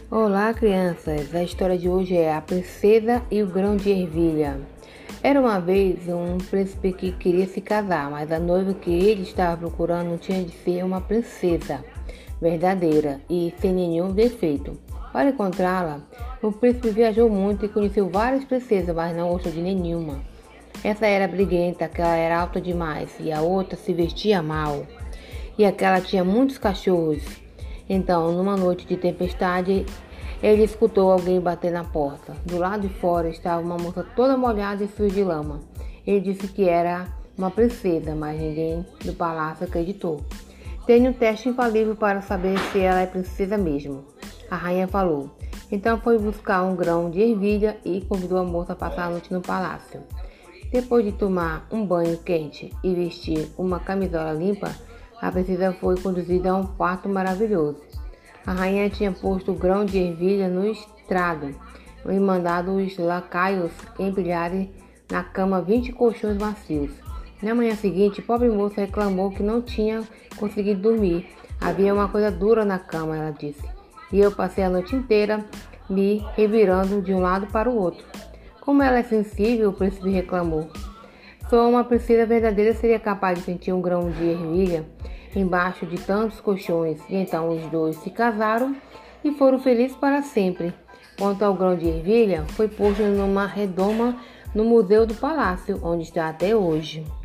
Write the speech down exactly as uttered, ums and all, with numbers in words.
Olá, crianças! A história de hoje é A Princesa e o Grão de Ervilha. Era uma vez um príncipe que queria se casar, mas a noiva que ele estava procurando tinha de ser uma princesa verdadeira e sem nenhum defeito. Para encontrá-la, o príncipe viajou muito e conheceu várias princesas, mas não gostou de nenhuma. Essa era briguenta, aquela era alta demais, e a outra se vestia mal, e aquela tinha muitos cachorros. Então, numa noite de tempestade, ele escutou alguém bater na porta. Do lado de fora estava uma moça toda molhada e suja de lama. Ele disse que era uma princesa, mas ninguém do palácio acreditou. Tenho um teste infalível para saber se ela é princesa mesmo, a rainha falou. Então foi buscar um grão de ervilha e convidou a moça a passar a noite no palácio. Depois de tomar um banho quente e vestir uma camisola limpa, a princesa foi conduzida a um quarto maravilhoso. A rainha tinha posto o grão de ervilha no estrado e mandado os lacaios empilharem na cama vinte colchões macios. Na manhã seguinte, a pobre moça reclamou que não tinha conseguido dormir. Havia uma coisa dura na cama, ela disse, e eu passei a noite inteira me revirando de um lado para o outro. Como ela é sensível, o príncipe reclamou. Só uma princesa verdadeira seria capaz de sentir um grão de ervilha embaixo de tantos colchões. E então os dois se casaram e foram felizes para sempre. Quanto ao grão de ervilha, foi posto numa redoma no museu do palácio, onde está até hoje.